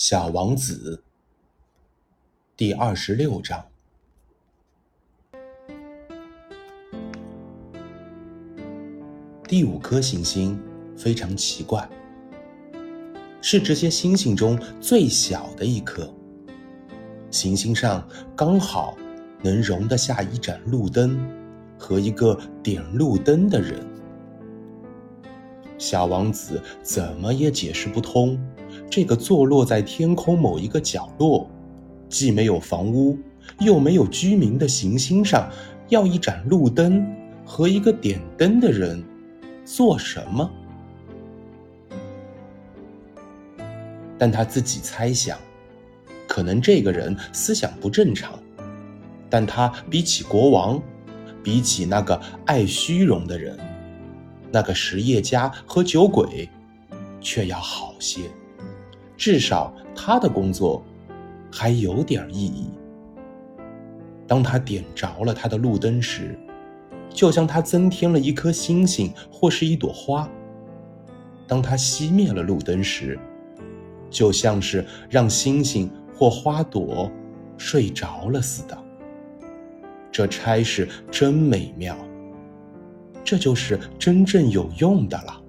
小王子第26章。第5颗行星非常奇怪，是这些星星中最小的一颗。行星上刚好能容得下一盏路灯和一个点路灯的人。小王子怎么也解释不通，这个坐落在天空某一个角落，既没有房屋又没有居民的行星上，要一盏路灯和一个点灯的人做什么？但他自己猜想，可能这个人思想不正常，但他比起国王，比起那个爱虚荣的人，那个实业家和酒鬼，却要好些。至少他的工作还有点意义。当他点着了他的路灯时，就像他增添了一颗星星或是一朵花；当他熄灭了路灯时，就像是让星星或花朵睡着了似的。这差事真美妙，这就是真正有用的了。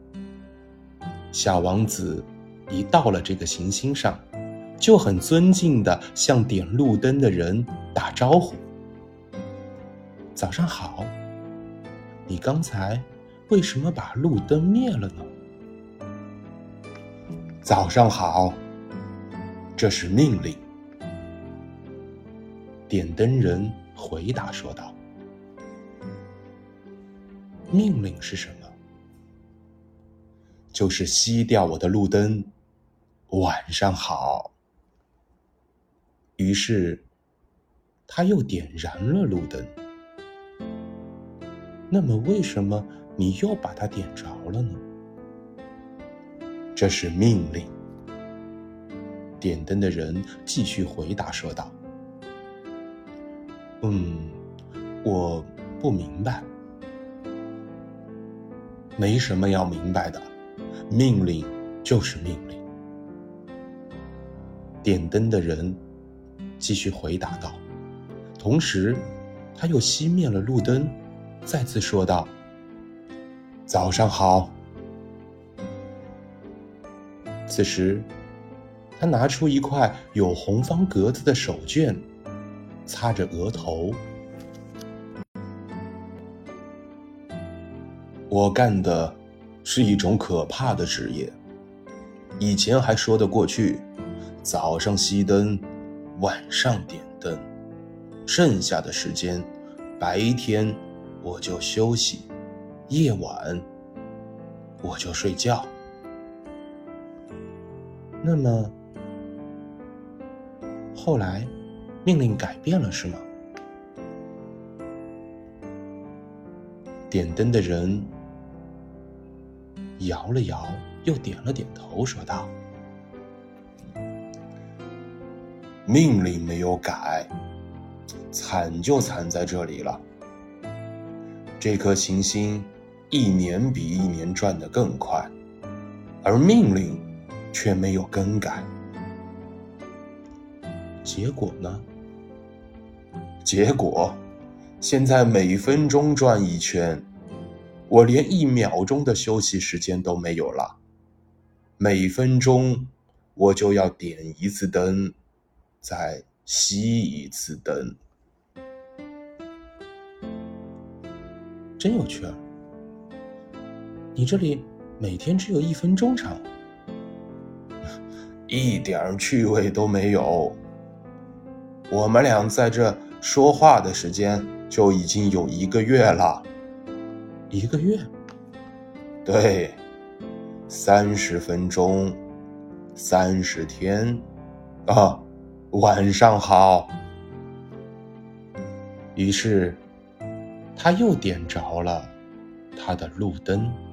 小王子一到了这个行星上，就很尊敬地向点路灯的人打招呼：早上好，你刚才为什么把路灯灭了呢？早上好，这是命令。点灯人回答说道。命令是什么？就是熄掉我的路灯。晚上好。于是他又点燃了路灯。那么为什么你又把它点着了呢？这是命令。点灯的人继续回答说道。我不明白。没什么要明白的，命令就是命令。点灯的人继续回答道，同时他又熄灭了路灯，再次说道：早上好。此时他拿出一块有红方格子的手绢，擦着额头。我干的是一种可怕的职业，以前还说得过去，早上熄灯，晚上点灯，剩下的时间，白天我就休息，夜晚我就睡觉。那么后来命令改变了是吗？点灯的人摇了摇，又点了点头，说道：命令没有改，惨就惨在这里了。这颗行星一年比一年转得更快，而命令却没有更改。结果呢？结果现在每分钟转一圈，我连1秒钟的休息时间都没有了。每分钟我就要点一次灯，再熄一次灯。真有趣儿，你这里每天只有1分钟长。一点趣味都没有。我们俩在这说话的时间就已经有1个月了。1个月？对，30分钟，30天。晚上好。于是他又点着了他的路灯。